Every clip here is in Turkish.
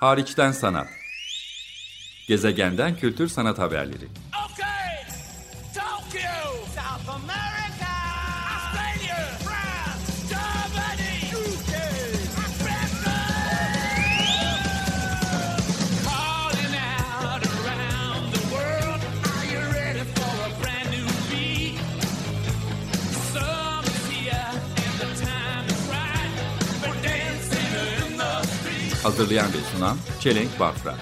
Hariçten sanat. Gezegenden kültür sanat haberleri. Okay, Tokyo, South America, Australia, France, Germany, UK, Africa. Calling out around the world. Are you ready for a brand new beat? Summer's here and the time is right. We're dancing in the street. Hazırlayan ve sunan Çelenk Bafra.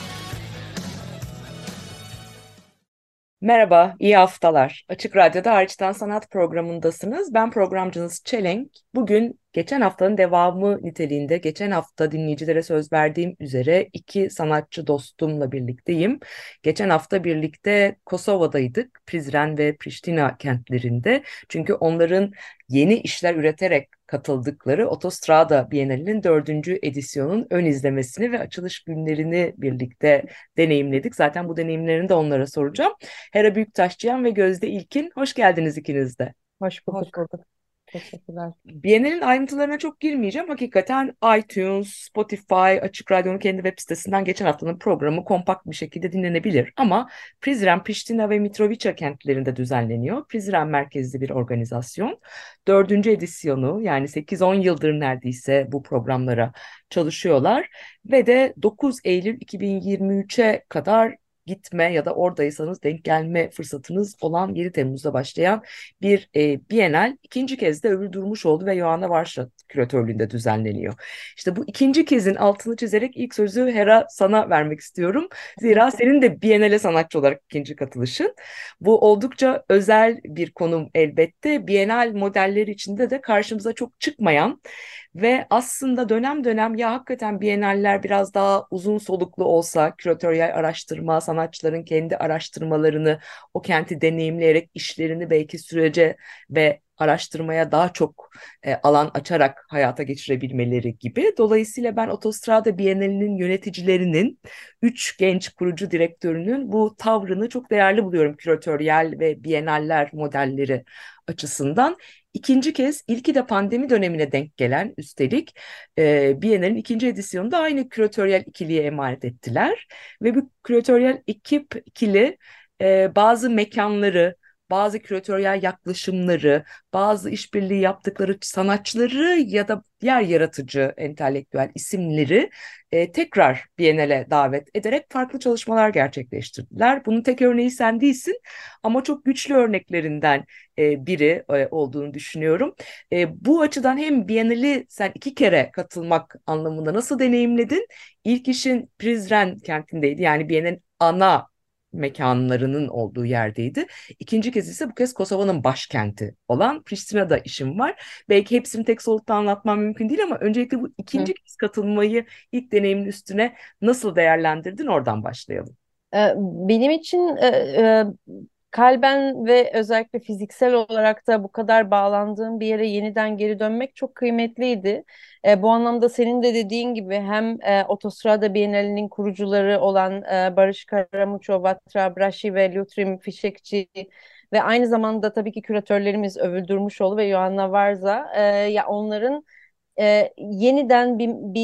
Merhaba, iyi haftalar. Açık Radyo'da Hariçten Sanat programındasınız. Ben programcınız Çelenk. Bugün geçen haftanın devamı niteliğinde, geçen hafta dinleyicilere söz verdiğim üzere iki sanatçı dostumla birlikteyim. Geçen hafta birlikte Kosova'daydık, Prizren ve Priştina kentlerinde. Çünkü onların yeni işler üreterek katıldıkları Otostrada Bienalinin 4. edisyonun ön izlemesini ve açılış günlerini birlikte deneyimledik. Zaten bu deneyimlerini de onlara soracağım. Hera Büyüktaşçıyan ve Gözde İlkin, hoş geldiniz ikiniz de. Hoş bulduk. Hoş bulduk. Teşekkürler. Biennial'in ayrıntılarına çok girmeyeceğim. Hakikaten iTunes, Spotify, Açık Radyo'nun kendi web sitesinden geçen haftanın programı kompakt bir şekilde dinlenebilir. Ama Prizren, Priştina ve Mitrovica kentlerinde düzenleniyor. Prizren merkezli bir organizasyon. 4. edisyonu, yani 8-10 yıldır neredeyse bu programlara çalışıyorlar. Ve de 9 Eylül 2023'e kadar gitme ya da oradaysanız denk gelme fırsatınız olan 7 Temmuz'da başlayan bir Bienal ikinci kez de Övül Durmuşoğlu ve Joanna Varsha küratörlüğünde düzenleniyor. İşte bu ikinci kezin altını çizerek ilk sözü Hera sana vermek istiyorum. Zira senin de Bienal'e sanatçı olarak ikinci katılışın. Bu oldukça özel bir konum elbette. Bienal modelleri içinde de karşımıza çok çıkmayan ve aslında dönem dönem ya hakikaten Biennaller biraz daha uzun soluklu olsa, küratöryel araştırma, sanatçıların kendi araştırmalarını, o kenti deneyimleyerek işlerini belki sürece ve araştırmaya daha çok alan açarak hayata geçirebilmeleri gibi. Dolayısıyla ben Otostrada Bienalinin yöneticilerinin, 3 genç kurucu direktörünün bu tavrını çok değerli buluyorum küratöryel ve Biennaller modelleri açısından. İkinci kez, ilki de pandemi dönemine denk gelen üstelik Biennial'in ikinci edisyonunu da aynı küratöryel ikiliye emanet ettiler. Ve bu küratöryel ikili bazı mekanları, bazı küratöryel yaklaşımları, bazı işbirliği yaptıkları sanatçıları ya da diğer yaratıcı entelektüel isimleri tekrar Biennale davet ederek farklı çalışmalar gerçekleştirdiler. Bunun tek örneği sen değilsin ama çok güçlü örneklerinden biri olduğunu düşünüyorum. Bu açıdan hem Biennale'i sen 2 kere katılmak anlamında nasıl deneyimledin? İlk işin Prizren kentindeydi, yani Biennale'nin ana mekanlarının olduğu yerdeydi. İkinci kez ise bu kez Kosova'nın başkenti olan Priştina'da işim var. Belki hepsini tek solukta anlatmam mümkün değil ama öncelikle bu ikinci kez katılmayı, ilk deneyimin üstüne nasıl değerlendirdin? Oradan başlayalım. Benim için kalben ve özellikle fiziksel olarak da bu kadar bağlandığım bir yere yeniden geri dönmek çok kıymetliydi. Bu anlamda senin de dediğin gibi hem Otostrada Bienali'nin kurucuları olan Barış Karamuço, Vatra Brashi ve Lutrim Fişekçi ve aynı zamanda tabii ki küratörlerimiz Övül Durmuşoğlu ve Joanna Varza, ya onların yeniden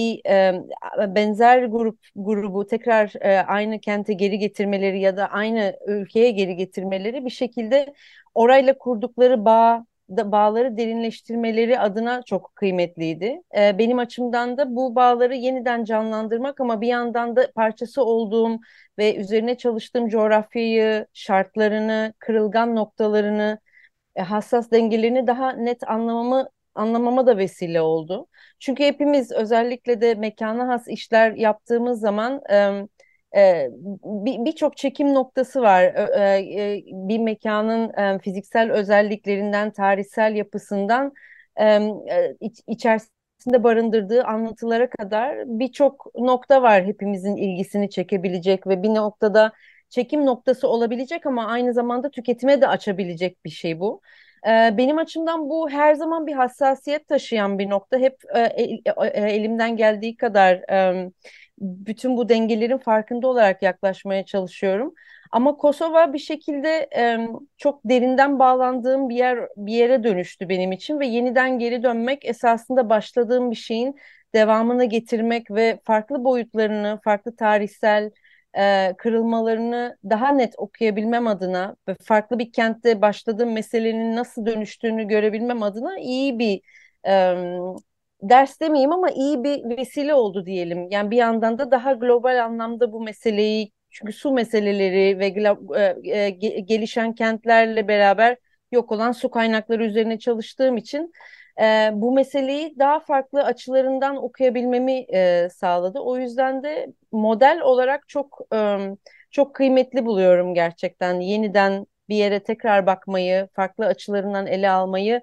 benzer grubu tekrar aynı kente geri getirmeleri ya da aynı ülkeye geri getirmeleri bir şekilde orayla kurdukları bağları derinleştirmeleri adına çok kıymetliydi. Benim açımdan da bu bağları yeniden canlandırmak ama bir yandan da parçası olduğum ve üzerine çalıştığım coğrafyayı, şartlarını, kırılgan noktalarını, hassas dengelerini daha net anlamama da vesile oldu. Çünkü hepimiz özellikle de mekana has işler yaptığımız zaman birçok çekim noktası var. Bir mekanın fiziksel özelliklerinden, tarihsel yapısından içerisinde barındırdığı anlatılara kadar birçok nokta var hepimizin ilgisini çekebilecek ve bir noktada çekim noktası olabilecek ama aynı zamanda tüketime de açabilecek bir şey bu. Benim açımdan bu her zaman bir hassasiyet taşıyan bir nokta. Hep elimden geldiği kadar bütün bu dengelerin farkında olarak yaklaşmaya çalışıyorum. Ama Kosova bir şekilde çok derinden bağlandığım bir yere dönüştü benim için ve yeniden geri dönmek esasında başladığım bir şeyin devamını getirmek ve farklı boyutlarını, farklı tarihsel kırılmalarını daha net okuyabilmem adına ve farklı bir kentte başladığım meselenin nasıl dönüştüğünü görebilmem adına iyi bir e, ders demeyeyim ama iyi bir vesile oldu diyelim. Yani bir yandan da daha global anlamda bu meseleyi, çünkü su meseleleri ve gelişen kentlerle beraber yok olan su kaynakları üzerine çalıştığım için bu meseleyi daha farklı açılarından okuyabilmemi sağladı. O yüzden de model olarak çok kıymetli buluyorum gerçekten. Yeniden bir yere tekrar bakmayı, farklı açılarından ele almayı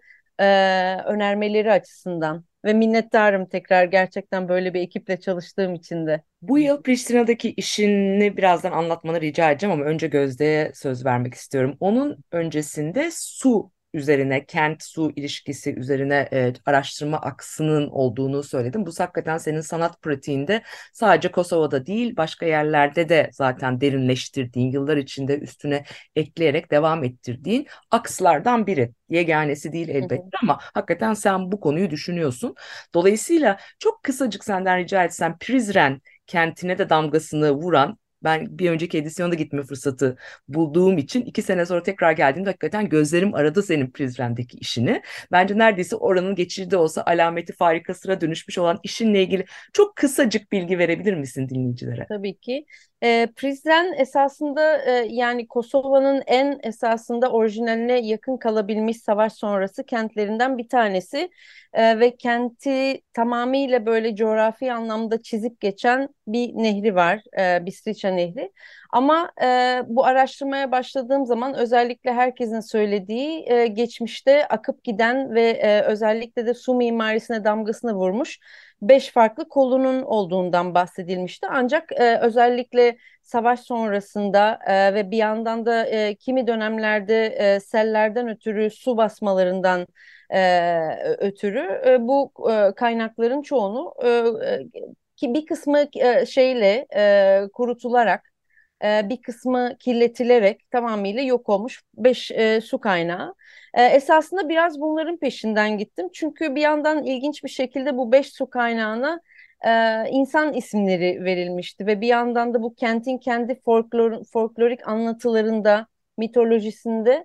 önermeleri açısından. Ve minnettarım tekrar gerçekten böyle bir ekiple çalıştığım için de. Bu yıl Priştina'daki işini birazdan anlatmanı rica edeceğim ama önce Gözde'ye söz vermek istiyorum. Onun öncesinde su üzerine, kent su ilişkisi üzerine araştırma aksının olduğunu söyledim. Bu hakikaten senin sanat pratiğinde sadece Kosova'da değil, başka yerlerde de zaten derinleştirdiğin, yıllar içinde üstüne ekleyerek devam ettirdiğin akslardan biri. Yeganesi değil Hı elbette hı. ama hakikaten sen bu konuyu düşünüyorsun. Dolayısıyla çok kısacık senden rica etsem Prizren kentine de damgasını vuran, ben bir önceki edisyonda gitme fırsatı bulduğum için 2 sene sonra tekrar geldiğimde hakikaten gözlerim aradı senin Prizren'deki işini. Bence neredeyse oranın geçici de olsa alameti farikasına dönüşmüş olan işinle ilgili çok kısacık bilgi verebilir misin dinleyicilere? Tabii ki. Prizren esasında yani Kosova'nın en esasında orijinaline yakın kalabilmiş savaş sonrası kentlerinden bir tanesi. Ve kenti tamamıyla böyle coğrafi anlamda çizip geçen bir nehri var, Bistriça Nehri. Ama bu araştırmaya başladığım zaman özellikle herkesin söylediği geçmişte akıp giden ve özellikle de su mimarisine damgasını vurmuş 5 farklı kolunun olduğundan bahsedilmişti. Ancak özellikle savaş sonrasında ve bir yandan da kimi dönemlerde sellerden ötürü su basmalarından ötürü bu kaynakların çoğunu ki bir kısmı kurutularak bir kısmı kirletilerek tamamıyla yok olmuş 5 su kaynağı. Esasında biraz bunların peşinden gittim. Çünkü bir yandan ilginç bir şekilde bu 5 su kaynağına insan isimleri verilmişti ve bir yandan da bu kentin kendi folklorik anlatılarında, mitolojisinde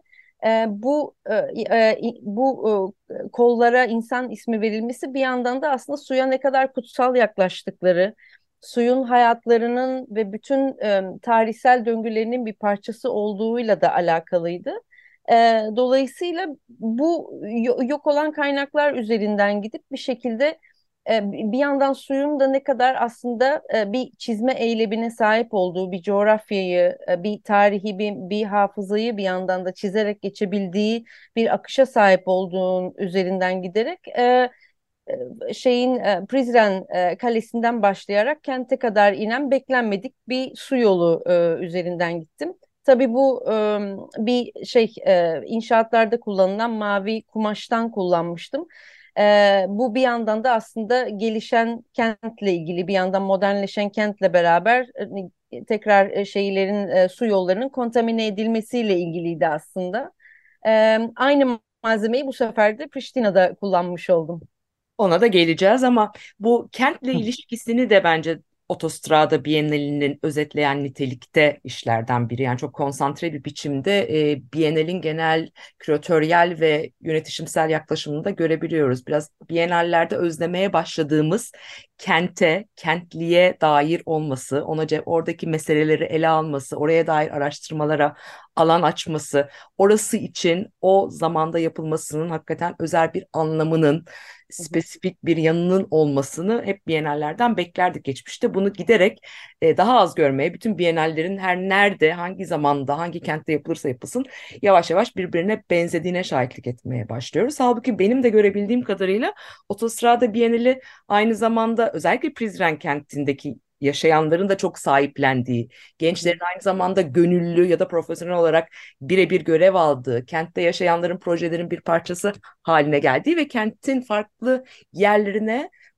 bu kollara insan ismi verilmesi bir yandan da aslında suya ne kadar kutsal yaklaştıkları, suyun hayatlarının ve bütün tarihsel döngülerinin bir parçası olduğuyla da alakalıydı. Dolayısıyla bu yok olan kaynaklar üzerinden gidip bir şekilde bir yandan suyun da ne kadar aslında bir çizme eylemine sahip olduğu bir coğrafyayı, bir tarihi, bir hafızayı bir yandan da çizerek geçebildiği bir akışa sahip olduğun üzerinden giderek Prizren Kalesi'nden başlayarak kente kadar inen beklenmedik bir su yolu üzerinden gittim. Tabii bu inşaatlarda kullanılan mavi kumaştan kullanmıştım. Bu bir yandan da aslında gelişen kentle ilgili, bir yandan modernleşen kentle beraber tekrar su yollarının kontamine edilmesiyle ilgiliydi aslında. Aynı malzemeyi bu sefer de Priştina'da kullanmış oldum. Ona da geleceğiz ama bu kentle ilişkisini de bence Otostrada Bienalinin özetleyen nitelikte işlerden biri. Yani çok konsantre bir biçimde Bienalin genel küratöryel ve yönetişimsel yaklaşımını da görebiliyoruz. Biraz Bienallerde özlemeye başladığımız kente, kentliye dair olması, oradaki meseleleri ele alması, oraya dair araştırmalara alan açması, orası için o zamanda yapılmasının hakikaten özel bir anlamının, spesifik bir yanının olmasını hep Bienallerden beklerdik geçmişte. Bunu giderek daha az görmeye, bütün Bienallerin her nerede, hangi zamanda, hangi kentte yapılırsa yapılsın yavaş yavaş birbirine benzediğine şahitlik etmeye başlıyoruz. Halbuki benim de görebildiğim kadarıyla Otostrada Bienali aynı zamanda özellikle Prizren kentindeki yaşayanların da çok sahiplendiği, gençlerin aynı zamanda gönüllü ya da profesyonel olarak birebir görev aldığı, kentte yaşayanların projelerin bir parçası haline geldiği ve kentin farklı yerlerine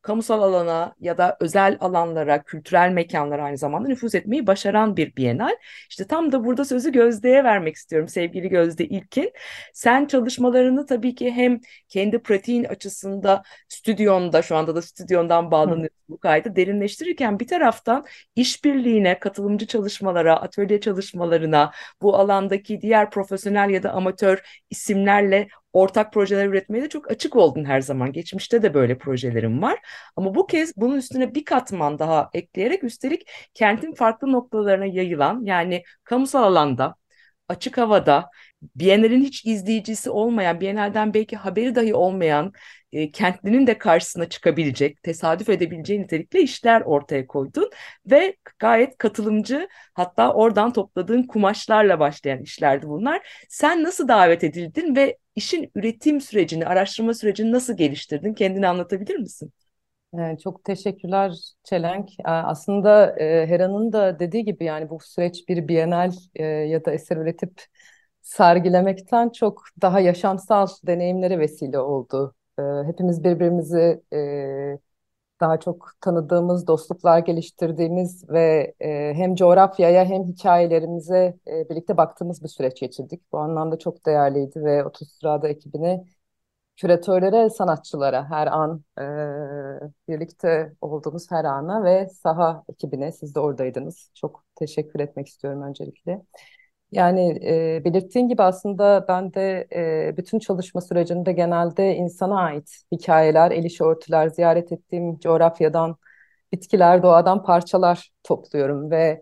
kamusal alana ya da özel alanlara, kültürel mekanlara aynı zamanda nüfuz etmeyi başaran bir Bienal. İşte tam da burada sözü Gözde'ye vermek istiyorum, sevgili Gözde İlkin. Sen çalışmalarını tabii ki hem kendi pratiğin açısında stüdyonda, şu anda da stüdyondan Hı. bağlanıyorsun bu kaydı, derinleştirirken bir taraftan işbirliğine, katılımcı çalışmalara, atölye çalışmalarına, bu alandaki diğer profesyonel ya da amatör isimlerle ortak projeler üretmeye de çok açık oldun her zaman. Geçmişte de böyle projelerim var. Ama bu kez bunun üstüne bir katman daha ekleyerek, üstelik kentin farklı noktalarına yayılan, yani kamusal alanda, açık havada, Biennale'in hiç izleyicisi olmayan, Biennale'den belki haberi dahi olmayan kentlinin de karşısına çıkabilecek, tesadüf edebileceği nitelikle işler ortaya koydun ve gayet katılımcı, hatta oradan topladığın kumaşlarla başlayan işlerdi bunlar. Sen nasıl davet edildin ve işin üretim sürecini, araştırma sürecini nasıl geliştirdin? Kendini anlatabilir misin? Çok teşekkürler Çelenk. Aslında Hera'nın da dediği gibi yani bu süreç bir Bienal ya da eser üretip sergilemekten çok daha yaşamsal deneyimlere vesile oldu. Hepimiz birbirimizi daha çok tanıdığımız, dostluklar geliştirdiğimiz ve hem coğrafyaya hem hikayelerimize birlikte baktığımız bir süreç geçirdik. Bu anlamda çok değerliydi ve 30 Sırada ekibine, küratörlere, sanatçılara her an birlikte olduğumuz her ana ve saha ekibine, siz de oradaydınız. Çok teşekkür etmek istiyorum öncelikle. Yani belirttiğin gibi aslında ben de bütün çalışma sürecinde genelde insana ait hikayeler, el işi örtüler, ziyaret ettiğim coğrafyadan, bitkiler, doğadan parçalar topluyorum ve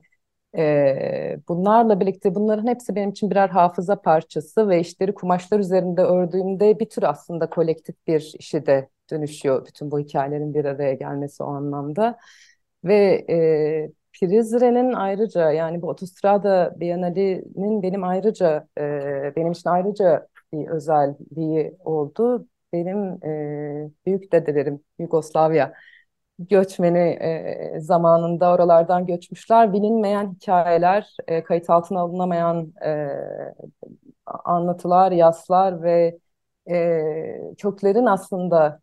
bunlarla birlikte bunların hepsi benim için birer hafıza parçası ve işleri kumaşlar üzerinde ördüğümde bir tür aslında kolektif bir işe de dönüşüyor. Bütün bu hikayelerin bir araya gelmesi o anlamda. Ve Prizren'in ayrıca yani bu Autostrada Bienali'nin benim için ayrıca bir özelliği oldu. Benim büyük dedelerim Yugoslavya göçmeni zamanında oralardan göçmüşler. Bilinmeyen hikayeler, kayıt altına alınamayan anlatılar, yaslar ve köklerin aslında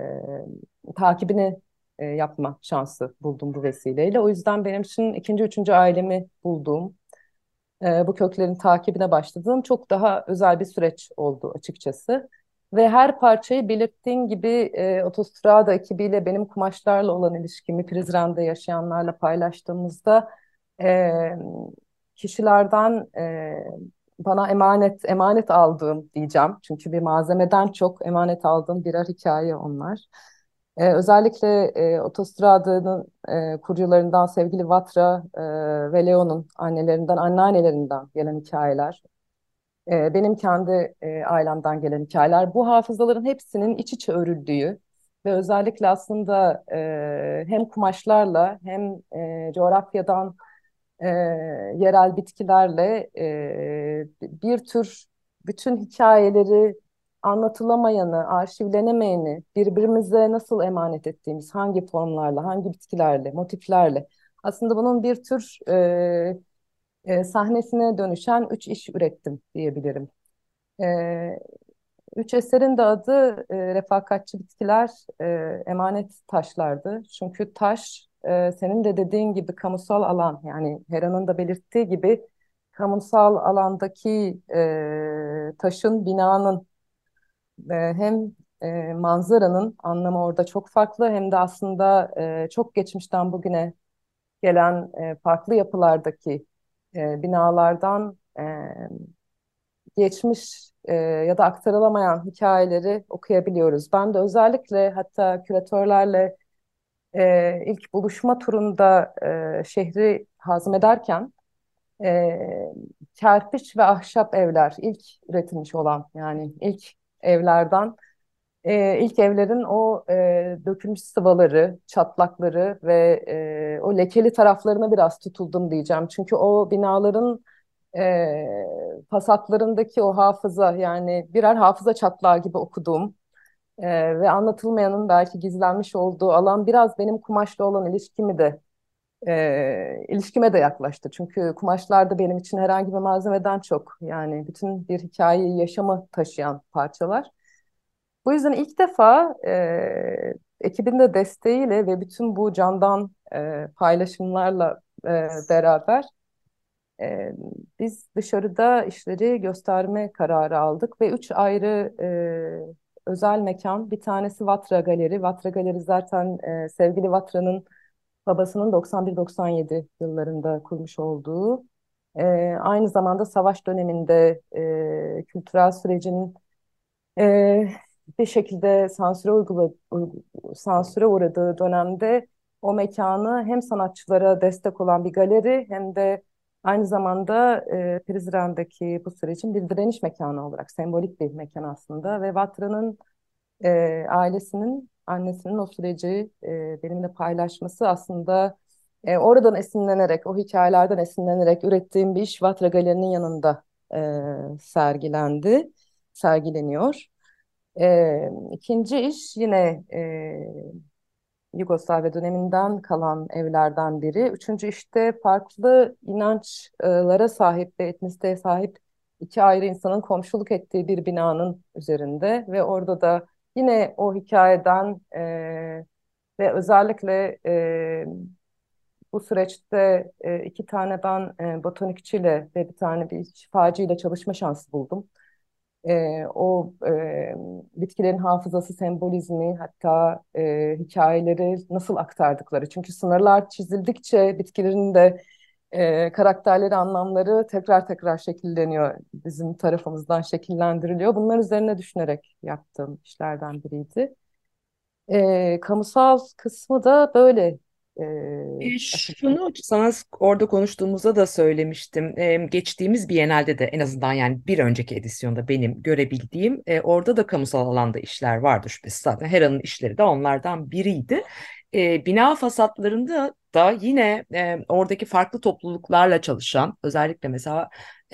takibini yapma şansı buldum bu vesileyle. O yüzden benim için ikinci, üçüncü ailemi bulduğum, bu köklerin takibine başladığım çok daha özel bir süreç oldu açıkçası. Ve her parçayı belirttiğin gibi Otostrada ekibiyle benim kumaşlarla olan ilişkimi Prizren'de yaşayanlarla paylaştığımızda e, kişilerden bana emanet aldığım diyeceğim. Çünkü bir malzemeden çok emanet aldığım birer hikaye onlar. Özellikle Otostrada'nın kurucularından sevgili Vatra ve Leo'nun annelerinden, anneannelerinden gelen hikayeler. Benim kendi ailemden gelen hikayeler. Bu hafızaların hepsinin iç içe örüldüğü ve özellikle aslında hem kumaşlarla hem coğrafyadan e, yerel bitkilerle bir tür bütün hikayeleri anlatılamayanı, arşivlenemeyeni, birbirimize nasıl emanet ettiğimiz, hangi formlarla, hangi bitkilerle, motiflerle. Aslında bunun bir tür sahnesine dönüşen üç iş ürettim diyebilirim. E, Üç eserin de adı Refakatçi Bitkiler, Emanet Taşlardı. Çünkü taş, senin de dediğin gibi kamusal alan, yani Hera'nın da belirttiği gibi kamusal alandaki taşın, binanın hem manzaranın anlamı orada çok farklı hem de aslında çok geçmişten bugüne gelen farklı yapılardaki binalardan geçmiş ya da aktarılamayan hikayeleri okuyabiliyoruz. Ben de özellikle hatta küratörlerle ilk buluşma turunda şehri hazmederken e, kerpiç ve ahşap evler ilk üretilmiş olan yani ilk evlerden ilk evlerin o dökülmüş sıvaları, çatlakları ve o lekeli taraflarına biraz tutuldum diyeceğim. Çünkü o binaların fasatlarındaki o hafıza yani birer hafıza çatlağı gibi okuduğum ve belki gizlenmiş olduğu alan biraz benim kumaşla olan ilişkime de yaklaştı. Çünkü kumaşlar da benim için herhangi bir malzemeden çok yani bütün bir hikayeyi, yaşamı taşıyan parçalar. Bu yüzden ilk defa ekibin de desteğiyle ve bütün bu candan paylaşımlarla beraber e, biz dışarıda işleri gösterme kararı aldık ve üç ayrı özel mekan. Bir tanesi Vatra Galeri. Vatra Galeri zaten sevgili Vatra'nın babasının 91-97 yıllarında kurmuş olduğu, aynı zamanda savaş döneminde kültürel sürecin e, bir şekilde sansüre uğradığı dönemde o mekanı hem sanatçılara destek olan bir galeri hem de aynı zamanda Prizren'deki bu sürecin bir direniş mekanı olarak sembolik bir mekan aslında ve Vatra'nın ailesinin, annesinin o süreci benimle paylaşması aslında oradan esinlenerek, o hikayelerden esinlenerek ürettiğim bir iş Vatra Galeri'nin yanında sergileniyor. İkinci iş yine Yugoslavya döneminden kalan evlerden biri. Üçüncü işte farklı inançlara sahip ve etnisiteye sahip iki ayrı insanın komşuluk ettiği bir binanın üzerinde ve orada da yine o hikayeden ve özellikle bu süreçte iki tane ben botanikçiyle ve bir tane bir şifacıyla çalışma şansı buldum. Bitkilerin hafızası, sembolizmi, hatta hikayeleri nasıl aktardıkları. Çünkü sınırlar çizildikçe bitkilerin de karakterleri, anlamları tekrar tekrar şekilleniyor. Bizim tarafımızdan şekillendiriliyor. Bunlar üzerine düşünerek yaptığım işlerden biriydi. Kamusal kısmı da böyle açıkçası. Şunu sana orada konuştuğumuzda da söylemiştim. Geçtiğimiz Biennale'de de en azından yani bir önceki edisyonda benim görebildiğim orada da kamusal alanda işler vardı şüphesiz. Zaten Hera'nın işleri de onlardan biriydi. Bina fasatlarında da yine oradaki farklı topluluklarla çalışan özellikle mesela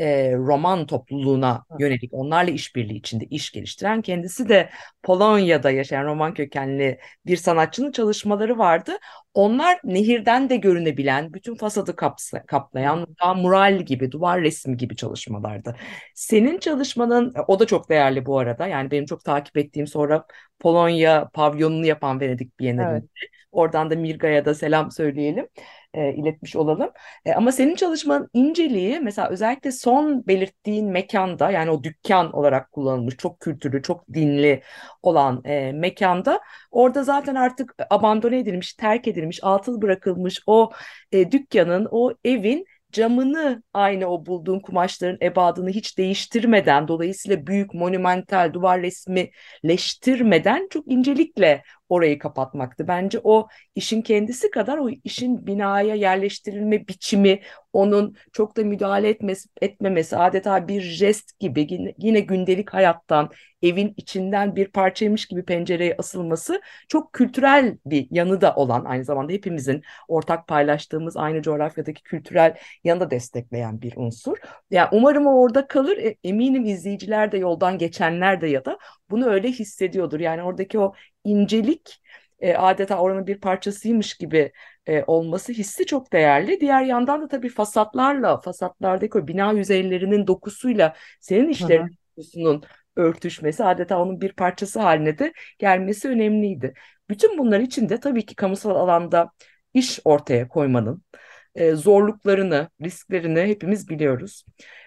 roman topluluğuna yönelik onlarla işbirliği içinde iş geliştiren kendisi de Polonya'da yaşayan roman kökenli bir sanatçının çalışmaları vardı. Onlar nehirden de görünebilen, bütün fasadı kaplayan daha mural gibi, duvar resmi gibi çalışmalardı. Senin çalışmanın, o da çok değerli bu arada. Yani benim çok takip ettiğim sonra Polonya pavyonunu yapan Venedik Evet. Bienalinde. Oradan da Mirga'ya da selam söyleyelim, iletmiş olalım. Ama senin çalışmanın inceliği mesela özellikle son belirttiğin mekanda yani o dükkan olarak kullanılmış çok kültürlü, çok dinli olan mekanda orada zaten artık abandone edilmiş, terk edilmiş, atıl bırakılmış o dükkanın, o evin camını aynı o bulduğun kumaşların ebadını hiç değiştirmeden, dolayısıyla büyük monumental duvar resmileştirmeden çok incelikle orayı kapatmaktı. Bence o işin kendisi kadar o işin binaya yerleştirilme biçimi, onun çok da müdahale etmemesi, adeta bir jest gibi yine gündelik hayattan, evin içinden bir parçaymış gibi pencereye asılması çok kültürel bir yanı da olan, aynı zamanda hepimizin ortak paylaştığımız aynı coğrafyadaki kültürel yanı da destekleyen bir unsur. Yani umarım o orada kalır. Eminim izleyiciler de yoldan geçenler de ya da bunu öyle hissediyordur. Yani oradaki o incelik adeta oranın bir parçasıymış gibi olması hissi çok değerli. Diğer yandan da tabii fasatlardaki o bina yüzeylerinin dokusuyla senin Hı hı. işlerinin dokusunun örtüşmesi, adeta onun bir parçası haline de gelmesi önemliydi. Bütün bunlar için de tabii ki kamusal alanda iş ortaya koymanın zorluklarını, risklerini hepimiz biliyoruz.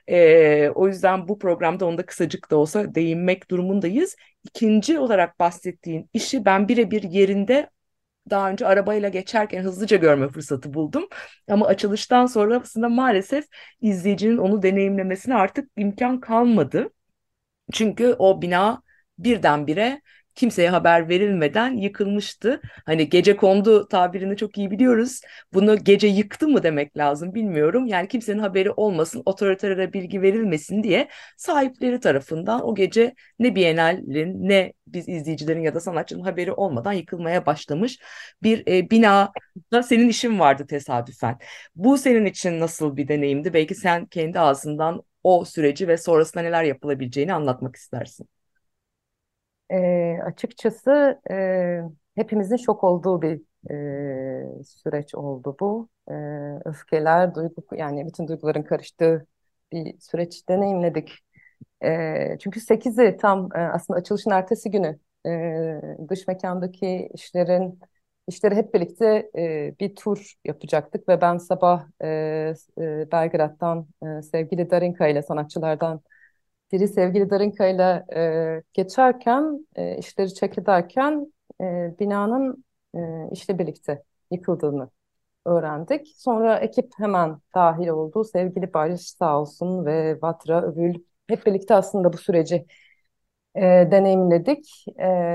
O yüzden bu programda onda kısacık da olsa değinmek durumundayız. İkinci olarak bahsettiğin işi ben birebir yerinde daha önce arabayla geçerken hızlıca görme fırsatı buldum. Ama açılıştan sonrasında maalesef izleyicinin onu deneyimlemesine artık imkan kalmadı. Çünkü o bina birdenbire kimseye haber verilmeden yıkılmıştı. Hani gecekondu tabirini çok iyi biliyoruz. Bunu gece yıktı mı demek lazım bilmiyorum. Yani kimsenin haberi olmasın, otoritelere bilgi verilmesin diye sahipleri tarafından o gece ne Biennale'nin ne biz izleyicilerin ya da sanatçının haberi olmadan yıkılmaya başlamış bir binada senin işin vardı tesadüfen. Bu senin için nasıl bir deneyimdi? Belki sen kendi ağzından o süreci ve sonrasında neler yapılabileceğini anlatmak istersin. Açıkçası hepimizin şok olduğu bir süreç oldu bu. Öfkeler, yani bütün duyguların karıştığı bir süreç deneyimledik. Çünkü 8'i tam aslında açılışın ertesi günü dış mekandaki işleri hep birlikte bir tur yapacaktık ve ben sabah Belgrad'dan sevgili Darinka ile sanatçılardan biri sevgili Darinka ile geçerken işleri check ederken binanın işle birlikte yıkıldığını öğrendik. Sonra ekip hemen dahil oldu. Sevgili Barış sağ olsun ve Vatra Övül hep birlikte aslında bu süreci deneyimledik.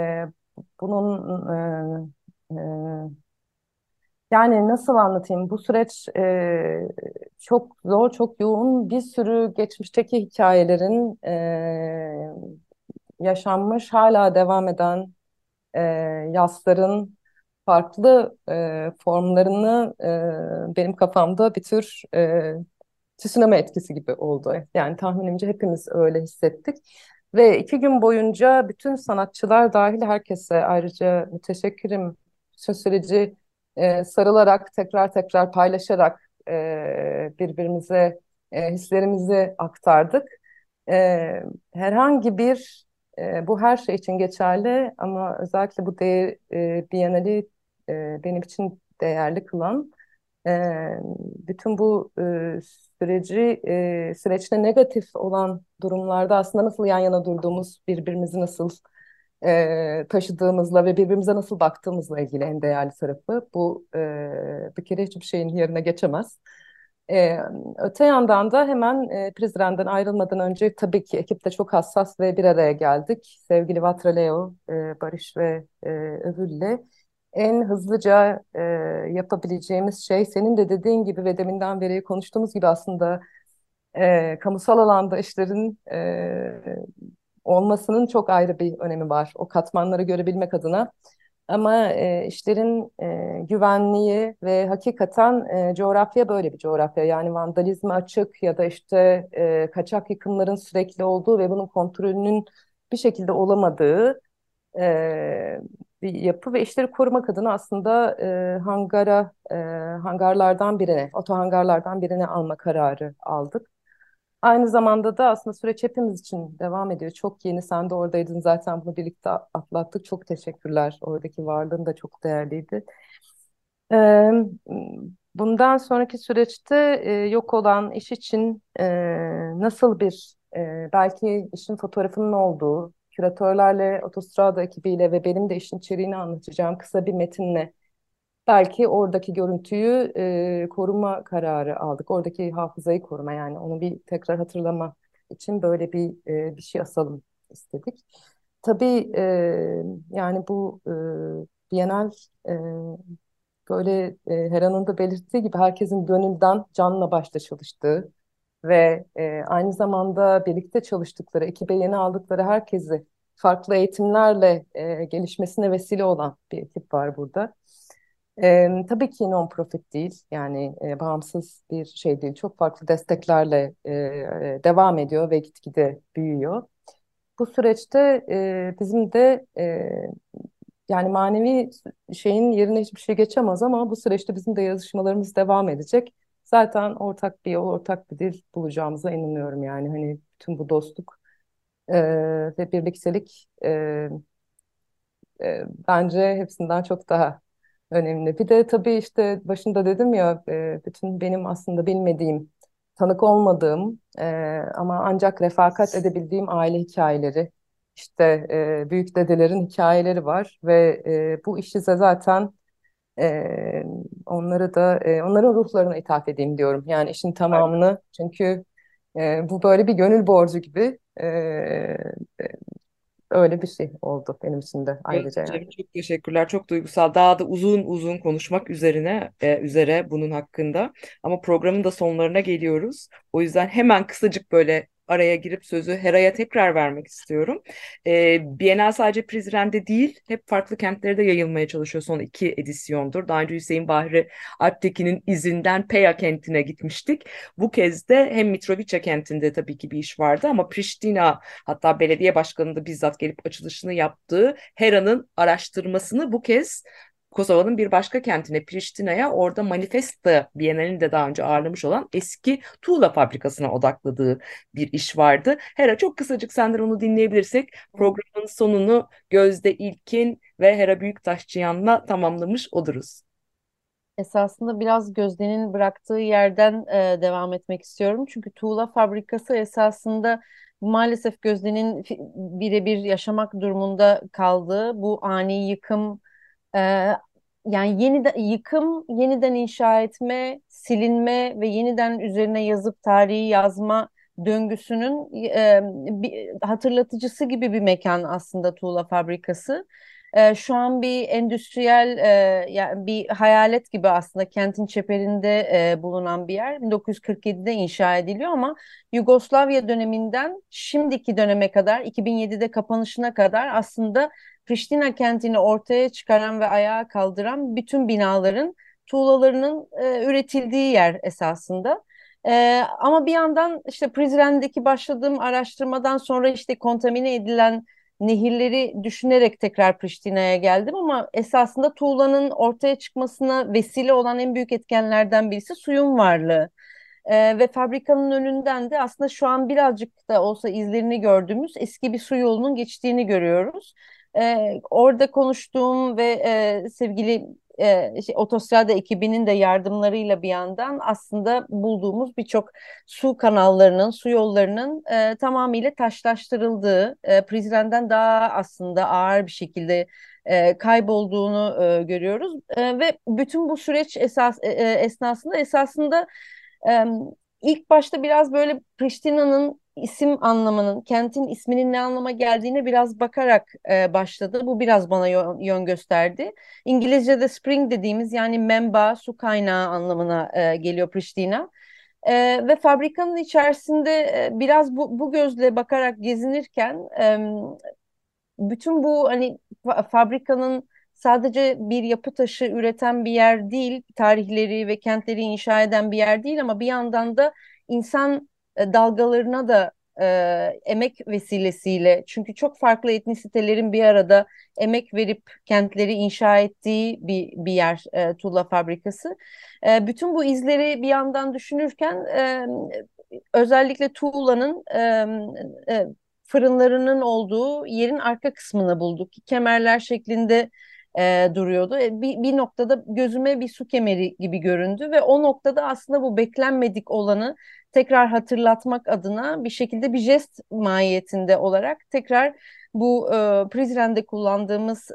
Bunun yani nasıl anlatayım? Bu süreç çok zor, çok yoğun. Bir sürü geçmişteki hikayelerin yaşanmış, hala devam eden e, yasların farklı formlarını benim kafamda bir tür tsunami etkisi gibi oldu. Yani tahminimce hepimiz öyle hissettik. Ve 2 gün boyunca bütün sanatçılar dahil herkese ayrıca müteşekkirim. Şu süreci sarılarak, tekrar tekrar paylaşarak birbirimize hislerimizi aktardık. Herhangi bir, bu her şey için geçerli ama özellikle bu Biennale'i benim için değerli kılan bütün bu süreçte negatif olan durumlarda aslında nasıl yan yana durduğumuz, birbirimizi nasıl taşıdığımızla ve birbirimize nasıl baktığımızla ilgili en değerli tarafı. Bu bir kere hiçbir şeyin yerine geçemez. E, Öte yandan da hemen Prizren'den ayrılmadan önce tabii ki ekipte çok hassas ve bir araya geldik. Sevgili Vatraleo, Barış ve Övül'le en hızlıca yapabileceğimiz şey senin de dediğin gibi ve deminden beri konuştuğumuz gibi aslında kamusal alanda işlerin olmasının çok ayrı bir önemi var. O katmanları görebilmek adına. Ama işlerin güvenliği ve hakikaten coğrafya böyle bir coğrafya. Yani vandalizme açık ya da işte kaçak yıkımların sürekli olduğu ve bunun kontrolünün bir şekilde olamadığı bir yapı ve işleri korumak adına aslında hangarlardan birine, otohangarlardan birine alma kararı aldık. Aynı zamanda da aslında süreç hepimiz için devam ediyor. Çok yeni, sen de oradaydın zaten, bunu birlikte atlattık. Çok teşekkürler. Oradaki varlığın da çok değerliydi. Ee, Bundan sonraki süreçte yok olan iş için nasıl bir, belki işin fotoğrafının olduğu, küratörlerle, Otostrada ekibiyle ve benim de işin içeriğini anlatacağım kısa bir metinle belki oradaki görüntüyü koruma kararı aldık. Oradaki hafızayı koruma, yani onu bir tekrar hatırlama için böyle bir şey asalım istedik. Tabii yani bu Bienal e, böyle Hera'nın da belirttiği gibi herkesin gönülden canla başla çalıştığı ve aynı zamanda birlikte çalıştıkları, ekibe yeni aldıkları herkesi farklı eğitimlerle gelişmesine vesile olan bir ekip var burada. Tabii ki non-profit değil, yani bağımsız bir şey değil. Çok farklı desteklerle devam ediyor ve gitgide büyüyor. Bu süreçte bizim de yani manevi şeyin yerine hiçbir şey geçemez ama bu süreçte bizim de yazışmalarımız devam edecek. Zaten ortak bir yol, ortak bir dil bulacağımıza inanıyorum, yani hani bütün bu dostluk ve birliktelik bence hepsinden çok daha önemli. Bir de tabii işte başında dedim ya, bütün benim aslında bilmediğim, tanık olmadığım ama ancak refakat edebildiğim aile hikayeleri, işte büyük dedelerin hikayeleri var ve bu işi de zaten onları da onların ruhlarına ithaf edeyim diyorum. Yani işin tamamını, çünkü bu böyle bir gönül borcu gibi, öyle bir şey oldu benim için de ayrıca yani. Cem, çok teşekkürler. Çok duygusal. Daha da uzun uzun konuşmak üzere bunun hakkında. Ama programın da sonlarına geliyoruz. O yüzden hemen kısacık böyle araya girip sözü Hera'ya tekrar vermek istiyorum. Bienal sadece Prizren'de değil, hep farklı kentlere de yayılmaya çalışıyor. Son 2 edisyondur. Daha önce Hüseyin Bahri Alptekin'in izinden Peja kentine gitmiştik. Bu kez de hem Mitrovica kentinde tabii ki bir iş vardı ama Priştina, hatta belediye başkanının da bizzat gelip açılışını yaptığı Hera'nın araştırmasını bu kez Kosova'nın bir başka kentine, Priştine'ye, orada Manifesta Bienalini de daha önce ağırlamış olan eski tuğla fabrikasına odakladığı bir iş vardı. Hera, çok kısacık senden onu dinleyebilirsek programın sonunu Gözde İlkin ve Hera Büyüktaşçıyan'la tamamlamış oluruz. Esasında biraz Gözde'nin bıraktığı yerden devam etmek istiyorum. Çünkü tuğla fabrikası esasında maalesef Gözde'nin birebir yaşamak durumunda kaldığı bu ani yıkım, e, yani yeniden yıkım, yeniden inşa etme, silinme ve yeniden üzerine yazıp tarihi yazma döngüsünün bir hatırlatıcısı gibi bir mekan aslında tuğla fabrikası. Şu an bir endüstriyel, yani bir hayalet gibi aslında kentin çeperinde bulunan bir yer. 1947'de inşa ediliyor ama Yugoslavya döneminden şimdiki döneme kadar, 2007'de kapanışına kadar aslında Priştina kentini ortaya çıkaran ve ayağa kaldıran bütün binaların tuğlalarının üretildiği yer esasında. Ama bir yandan işte Prizren'deki başladığım araştırmadan sonra işte kontamine edilen nehirleri düşünerek tekrar Priştine'ye geldim ama esasında tuğlanın ortaya çıkmasına vesile olan en büyük etkenlerden birisi suyun varlığı. Ve fabrikanın önünden de aslında şu an birazcık da olsa izlerini gördüğümüz eski bir su yolunun geçtiğini görüyoruz. Orada konuştuğum ve sevgili Otostrada ekibinin de yardımlarıyla bir yandan aslında bulduğumuz birçok su kanallarının, su yollarının tamamıyla taşlaştırıldığı, Prizren'den daha aslında ağır bir şekilde kaybolduğunu görüyoruz. Ve bütün bu süreç esnasında e, ilk başta biraz böyle Priştina'nın isim anlamının, kentin isminin ne anlama geldiğine biraz bakarak başladı. Bu biraz bana yön gösterdi. İngilizce'de spring dediğimiz, yani menba, su kaynağı anlamına geliyor Priştina. Ve fabrikanın içerisinde biraz bu gözle bakarak gezinirken bütün bu hani fabrikanın sadece bir yapı taşı üreten bir yer değil, tarihleri ve kentleri inşa eden bir yer değil ama bir yandan da insan dalgalarına da emek vesilesiyle, çünkü çok farklı etnisitelerin bir arada emek verip kentleri inşa ettiği bir yer tuğla fabrikası. Bütün bu izleri bir yandan düşünürken özellikle tuğlanın fırınlarının olduğu yerin arka kısmını bulduk. Kemerler şeklinde duruyordu. Bir noktada gözüme bir su kemeri gibi göründü ve o noktada aslında bu beklenmedik olanı tekrar hatırlatmak adına bir şekilde bir jest mahiyetinde olarak tekrar bu Prizren'de kullandığımız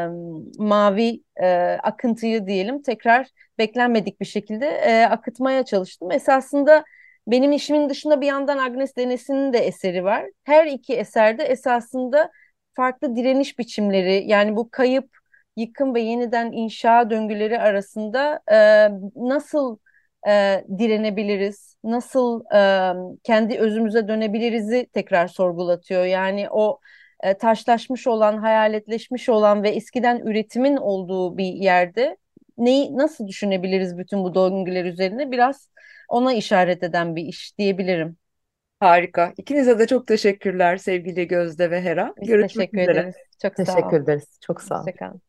mavi akıntıyı diyelim tekrar beklenmedik bir şekilde akıtmaya çalıştım. Esasında benim işimin dışında bir yandan Agnes Denes'in de eseri var. Her iki eserde esasında farklı direniş biçimleri, yani bu kayıp, yıkım ve yeniden inşa döngüleri arasında nasıl direnebiliriz, nasıl kendi özümüze dönebiliriz'i tekrar sorgulatıyor. Yani o taşlaşmış olan, hayaletleşmiş olan ve eskiden üretimin olduğu bir yerde neyi nasıl düşünebiliriz bütün bu döngüler üzerine, biraz ona işaret eden bir iş diyebilirim. Harika. İkinize de çok teşekkürler sevgili Gözde ve Hera. Biz Görüşmek teşekkür üzere. ederiz. Çok sağ ol. Teşekkür ederiz. Çok sağ ol. Hoşça kal.